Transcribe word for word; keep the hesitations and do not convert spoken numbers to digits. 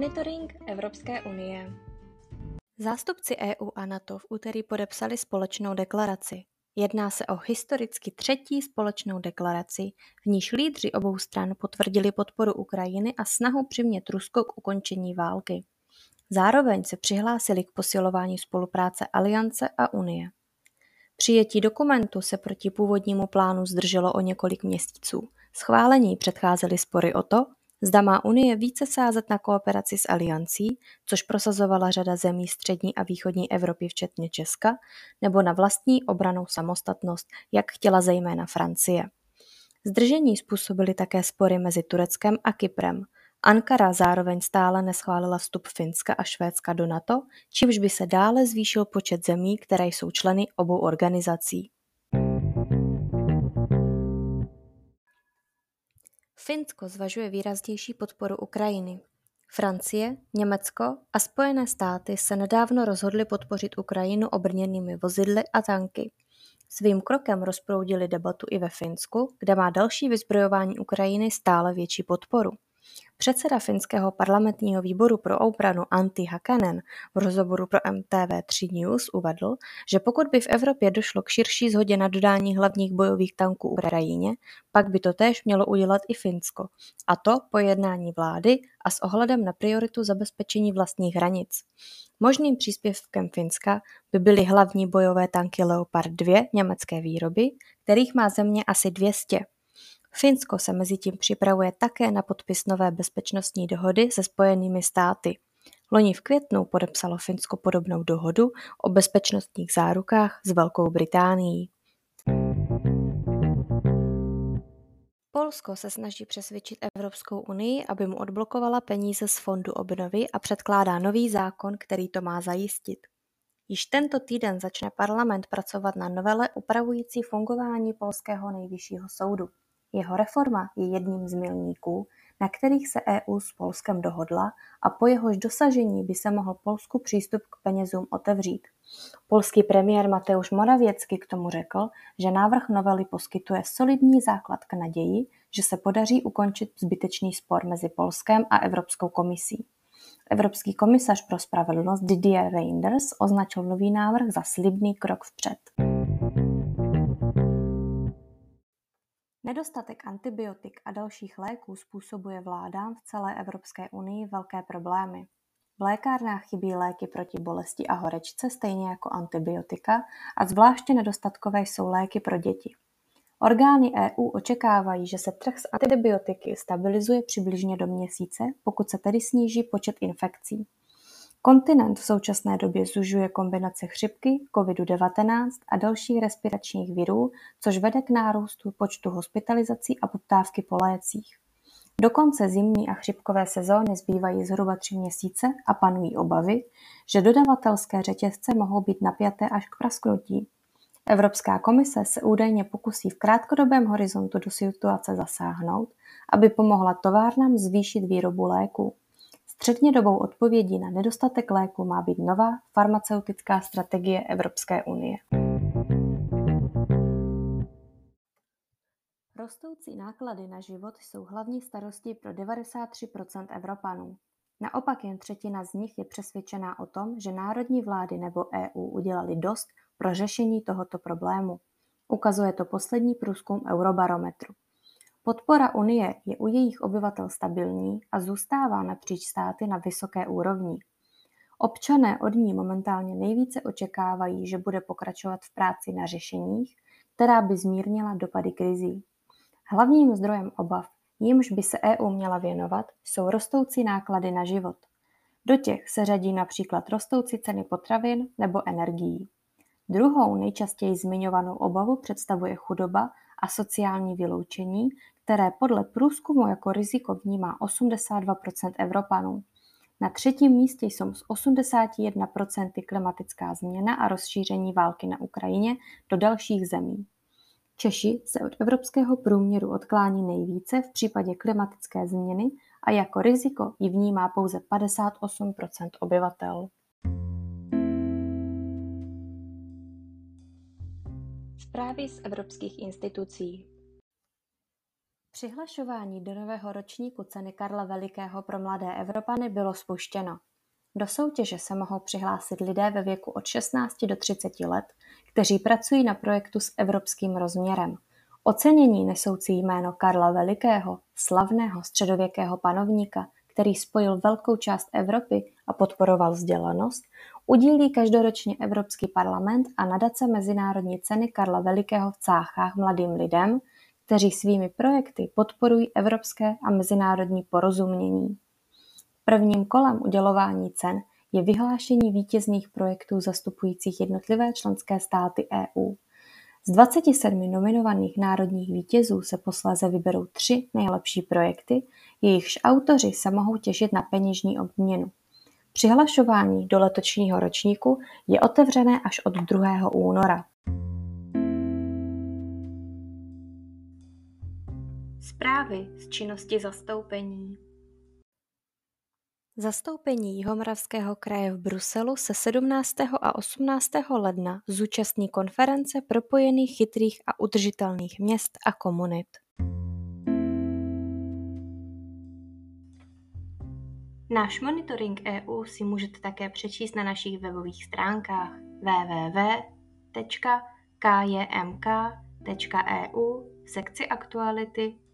Monitoring Evropské unie. Zástupci E U a NATO v úterý podepsali společnou deklaraci. Jedná se o historicky třetí společnou deklaraci, v níž lídři obou stran potvrdili podporu Ukrajiny a snahu přimět Rusko k ukončení války. Zároveň se přihlásili k posilování spolupráce Aliance a Unie. Přijetí dokumentu se proti původnímu plánu zdrželo o několik měsíců. Schválení předcházely spory o to, zda má Unie více sázet na kooperaci s Aliancí, což prosazovala řada zemí střední a východní Evropy včetně Česka, nebo na vlastní obrannou samostatnost, jak chtěla zejména Francie. Zdržení způsobily také spory mezi Tureckem a Kyprem. Ankara zároveň stále neschválila vstup Finska a Švédska do NATO, čímž by se dále zvýšil počet zemí, které jsou členy obou organizací. Finsko zvažuje výraznější podporu Ukrajiny. Francie, Německo a Spojené státy se nedávno rozhodly podpořit Ukrajinu obrněnými vozidly a tanky. Svým krokem rozproudili debatu i ve Finsku, kde má další vyzbrojování Ukrajiny stále větší podporu. Předseda finského parlamentního výboru pro obranu Antti Hakanen v rozhovoru pro M T V tři News uvedl, že pokud by v Evropě došlo k širší shodě na dodání hlavních bojových tanků Ukrajině, pak by to též mělo udělat i Finsko, a to po jednání vlády a s ohledem na prioritu zabezpečení vlastních hranic. Možným příspěvkem Finska by byly hlavní bojové tanky Leopard dva německé výroby, kterých má země asi dvě stě. Finsko se mezitím připravuje také na podpis nové bezpečnostní dohody se Spojenými státy. Loni v květnu podepsalo Finsko podobnou dohodu o bezpečnostních zárukách s Velkou Británií. Polsko se snaží přesvědčit Evropskou unii, aby mu odblokovala peníze z Fondu obnovy a předkládá nový zákon, který to má zajistit. Již tento týden začne parlament pracovat na novele upravující fungování polského nejvyššího soudu. Jeho reforma je jedním z milníků, na kterých se E U s Polskem dohodla a po jehož dosažení by se mohl Polsku přístup k penězům otevřít. Polský premiér Mateusz Morawiecki k tomu řekl, že návrh novely poskytuje solidní základ k naději, že se podaří ukončit zbytečný spor mezi Polskem a Evropskou komisí. Evropský komisař pro spravedlnost Didier Reynders označil nový návrh za slibný krok vpřed. Nedostatek antibiotik a dalších léků způsobuje vládám v celé Evropské unii velké problémy. V lékárnách chybí léky proti bolesti a horečce, stejně jako antibiotika, a zvláště nedostatkové jsou léky pro děti. Orgány E U očekávají, že se trh s antibiotiky stabilizuje přibližně do měsíce, pokud se tedy sníží počet infekcí. Kontinent v současné době zužuje kombinace chřipky, covid devatenáct a dalších respiračních virů, což vede k nárůstu počtu hospitalizací a poptávky po lécích. Do konce zimní a chřipkové sezóny zbývají zhruba tři měsíce a panují obavy, že dodavatelské řetězce mohou být napjaté až k prasknutí. Evropská komise se údajně pokusí v krátkodobém horizontu do situace zasáhnout, aby pomohla továrnám zvýšit výrobu léků. Střednědobou odpovědí na nedostatek léku má být nová farmaceutická strategie Evropské unie. Rostoucí náklady na život jsou hlavní starostí pro devadesát tři procent Evropanů. Naopak jen třetina z nich je přesvědčená o tom, že národní vlády nebo E U udělali dost pro řešení tohoto problému. Ukazuje to poslední průzkum Eurobarometru. Podpora Unie je u jejich obyvatel stabilní a zůstává napříč státy na vysoké úrovni. Občané od ní momentálně nejvíce očekávají, že bude pokračovat v práci na řešeních, která by zmírnila dopady krizí. Hlavním zdrojem obav, jimž by se E U měla věnovat, jsou rostoucí náklady na život. Do těch se řadí například rostoucí ceny potravin nebo energií. Druhou nejčastěji zmiňovanou obavu představuje chudoba a sociální vyloučení, které podle průzkumu jako riziko vnímá osmdesát dva procent Evropanů. Na třetím místě jsou s osmdesát jedna procent klimatická změna a rozšíření války na Ukrajině do dalších zemí. Češi se od evropského průměru odklání nejvíce v případě klimatické změny a jako riziko ji vnímá pouze padesát osm procent obyvatel. Zprávy z evropských institucí. Přihlašování do nového ročníku ceny Karla Velikého pro mladé Evropany bylo spuštěno. Do soutěže se mohou přihlásit lidé ve věku od šestnácti do třiceti let, kteří pracují na projektu s evropským rozměrem. Ocenění nesoucí jméno Karla Velikého, slavného středověkého panovníka, který spojil velkou část Evropy a podporoval vzdělanost, udílí každoročně Evropský parlament a nadace Mezinárodní ceny Karla Velikého v Cáchách mladým lidem, kteří svými projekty podporují evropské a mezinárodní porozumění. Prvním kolem udělování cen je vyhlášení vítězných projektů zastupujících jednotlivé členské státy E U. Z dvaceti sedmi nominovaných národních vítězů se posléze vyberou tři nejlepší projekty, jejichž autoři se mohou těšit na peněžní odměnu. Přihlašování do letošního ročníku je otevřené až od druhého února. Zprávy z činnosti zastoupení. Zastoupení Jihomoravského kraje v Bruselu se sedmnáctého a osmnáctého ledna zúčastní konference propojených chytrých a udržitelných měst a komunit. Náš monitoring E U si můžete také přečíst na našich webových stránkách w w w tečka k j m k tečka e u v sekci aktuality